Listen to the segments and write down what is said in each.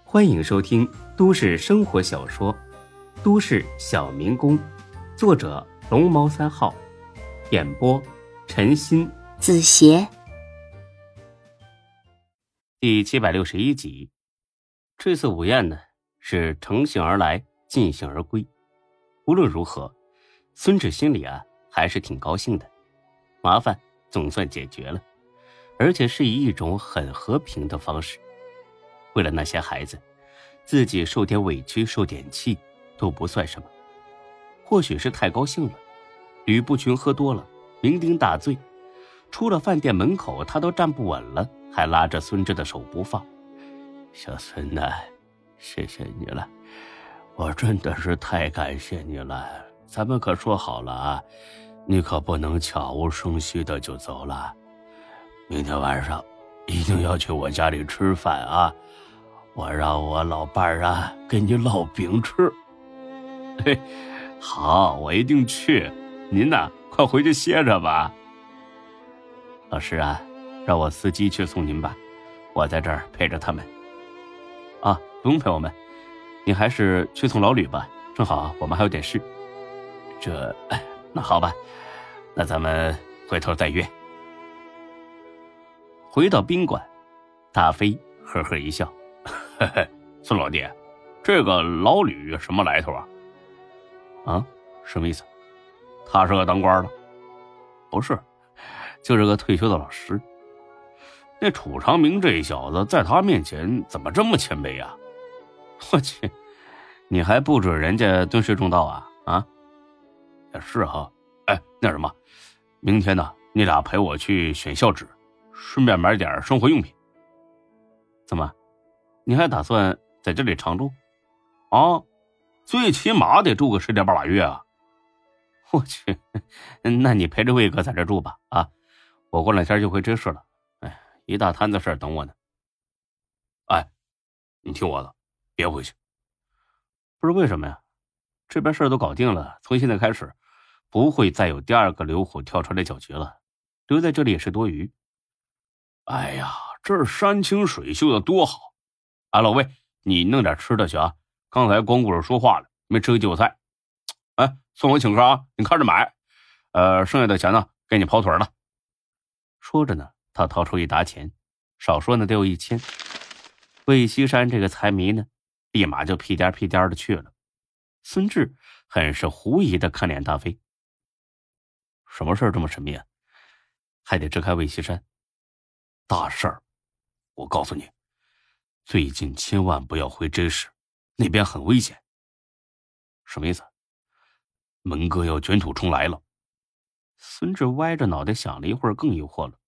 欢迎收听都市生活小说《都市小民工》，作者龙猫3号，演播陈鑫、 子邪。 第761集。这次午宴呢，是乘兴而来，尽兴而归。无论如何，孙志心里还是挺高兴的，麻烦总算解决了，而且是以一种很和平的方式。为了那些孩子，自己受点委屈受点气都不算什么。或许是太高兴了，吕不群喝多了，酩酊大醉，出了饭店门口他都站不稳了，还拉着孙志的手不放。小孙呐，谢谢你了，我真的是太感谢你了。咱们可说好了啊，你可不能悄无声息的就走了。明天晚上一定要去我家里吃饭啊，我让我老伴儿给你烙饼吃。嘿，好，我一定去。您呢，快回去歇着吧。老师让我司机去送您吧，我在这儿陪着他们。不用陪我们，你还是去送老吕吧，正好我们还有点事。那好吧，那咱们回头再约。回到宾馆，大飞呵呵一笑，嘿嘿，孙老弟，这个老吕什么来头啊？什么意思？他是个当官的？不是，就是个退休的老师。那楚长明这小子在他面前怎么这么谦卑啊？我去，你还不准人家敦师重道啊？也是哈。那什么，明天呢，你俩陪我去选校址，顺便买点生活用品。怎么，你还打算在这里常住？最起码得住个10.8把月啊！我去，那你陪着魏哥在这住吧我过2天就回这市了，一大摊子事等我呢。你听我的，别回去。不是为什么呀？这边事都搞定了，从现在开始不会再有第二个刘虎跳出来搅局了，留在这里也是多余。哎呀，这儿山清水秀的多好老魏，你弄点吃的去刚才光顾着说话了，没吃个鸡菜。算我请客你看着买。剩下的钱呢，给你跑腿了。说着呢，他掏出一沓钱，少说呢得有1000。魏西山这个财迷呢，立马就屁颠屁颠的去了。孙志很是狐疑的看脸大飞，什么事儿这么神秘还得支开魏西山？大事儿，我告诉你，最近千万不要回真市，那边很危险。什么意思？门哥要卷土重来了。孙志歪着脑袋想了一会儿，更疑惑了。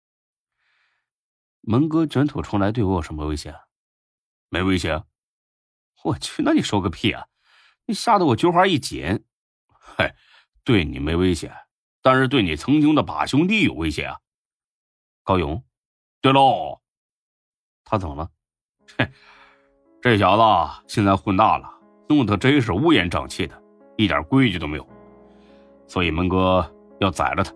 门哥卷土重来对我有什么威胁没威胁我去，那你说个屁你吓得我菊花一紧。对你没威胁，但是对你曾经的把兄弟有威胁高勇？对喽。他怎么了？这小子现在混大了，弄得真是乌烟瘴气的，一点规矩都没有，所以门哥要宰了他。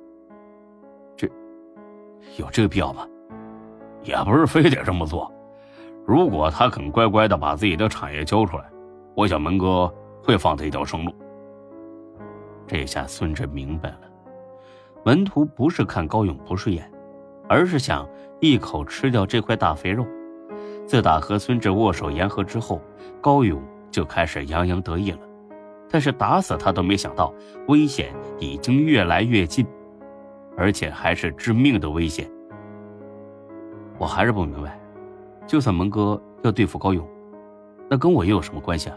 有这个必要吗？也不是非得这么做，如果他肯乖乖的把自己的产业交出来，我想门哥会放他一条生路。这下孙志明白了，门徒不是看高勇不顺眼，而是想一口吃掉这块大肥肉。自打和孙志握手言和之后，高勇就开始洋洋得意了，但是打死他都没想到危险已经越来越近，而且还是致命的危险。我还是不明白，就算门哥要对付高勇，那跟我又有什么关系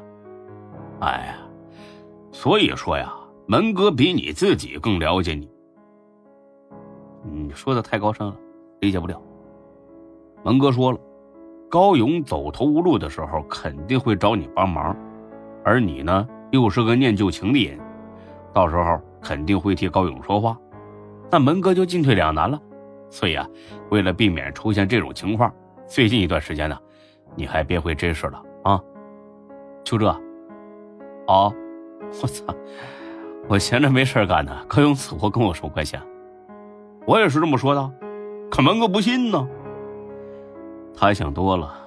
所以说门哥比你自己更了解你。你说的太高深了，理解不了。门哥说了，高勇走投无路的时候肯定会找你帮忙，而你呢又是个念旧情的人，到时候肯定会替高勇说话，那门哥就进退两难了。所以为了避免出现这种情况，最近一段时间呢，你还别回真市了就这我操，我闲着没事干呢，高勇死活跟我有什么关系我也是这么说的，可门哥不信呢。他想多了，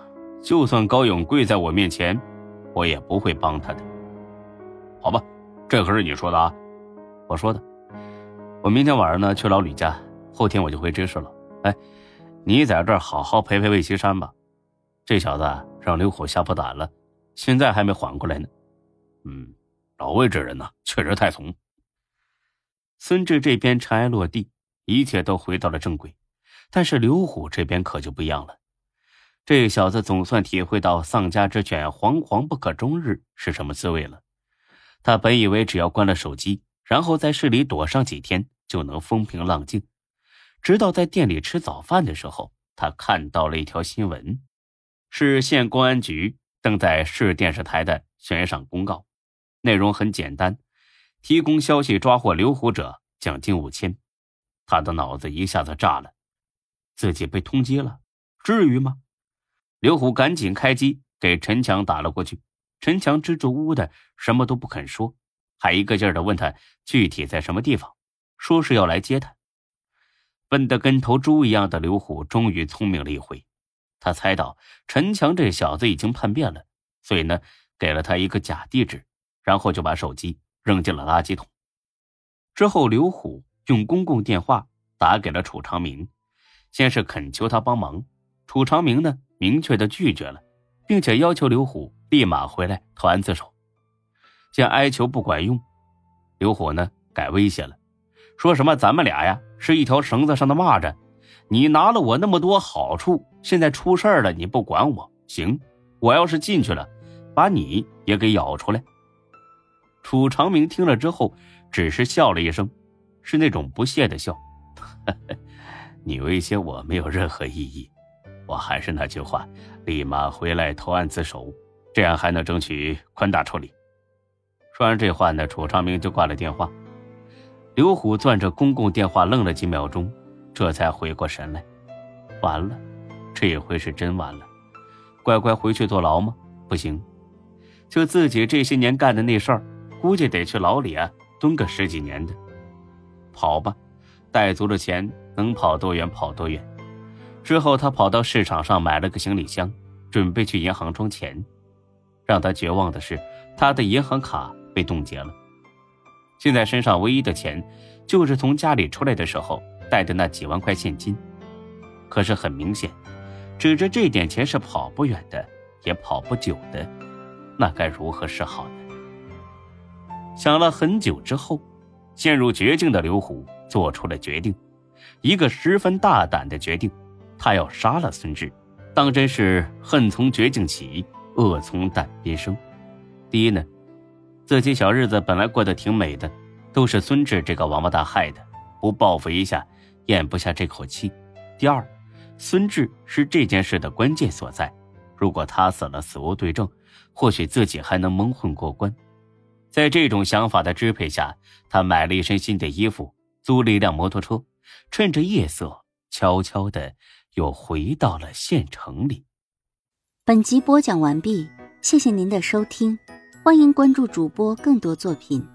就算高勇跪在我面前，我也不会帮他的。好吧，这可是你说的啊。我说的。我明天晚上呢去老吕家，后天我就回知市了。哎，你在这儿好好陪陪魏西山吧。这小子让刘虎吓破胆了，现在还没缓过来呢。老魏这人呢，确实太怂。孙志这边尘埃落地，一切都回到了正轨，但是刘虎这边可就不一样了。这小子总算体会到丧家之犬惶惶不可终日是什么滋味了。他本以为只要关了手机，然后在市里躲上几天就能风平浪静，直到在店里吃早饭的时候，他看到了一条新闻，是县公安局登在市电视台的悬赏公告，内容很简单，提供消息抓获刘虎者奖金5000。他的脑子一下子炸了，自己被通缉了，至于吗？刘虎赶紧开机给陈强打了过去，陈强支支吾吾的什么都不肯说，还一个劲儿的问他具体在什么地方，说是要来接他。笨得跟头猪一样的刘虎终于聪明了一回，他猜到陈强这小子已经叛变了，所以呢给了他一个假地址，然后就把手机扔进了垃圾桶。之后刘虎用公共电话打给了楚长明，先是恳求他帮忙，楚长明呢明确的拒绝了，并且要求刘虎立马回来投案自首。见哀求不管用，刘虎呢改威胁了，说什么咱们俩呀是一条绳子上的蚂蚱，你拿了我那么多好处，现在出事了你不管我，行，我要是进去了把你也给咬出来。楚长明听了之后只是笑了一声，是那种不屑的笑。你威胁我没有任何意义，我还是那句话，立马回来投案自首，这样还能争取宽大处理。说完这话呢，楚长明就挂了电话。刘虎攥着公共电话愣了几秒钟，这才回过神来。完了，这回是真完了。乖乖回去坐牢吗？不行，就自己这些年干的那事儿，估计得去牢里蹲个10几年的。跑吧，带足了钱，能跑多远跑多远。之后他跑到市场上买了个行李箱，准备去银行装钱。让他绝望的是，他的银行卡被冻结了。现在身上唯一的钱就是从家里出来的时候带的那几万块现金。可是很明显，指着这点钱是跑不远的，也跑不久的，那该如何是好呢？想了很久之后，陷入绝境的刘虎做出了决定，一个十分大胆的决定，他要杀了孙志。当真是恨从绝境起，恶从胆边生。第一呢，自己小日子本来过得挺美的，都是孙志这个王八蛋害的，不报复一下咽不下这口气。第二，孙志是这件事的关键所在，如果他死了死无对证，或许自己还能蒙混过关。在这种想法的支配下，他买了一身新的衣服，租了一辆摩托车，趁着夜色悄悄地又回到了县城里。 本集播讲完毕，谢谢您的收听，欢迎关注主播更多作品。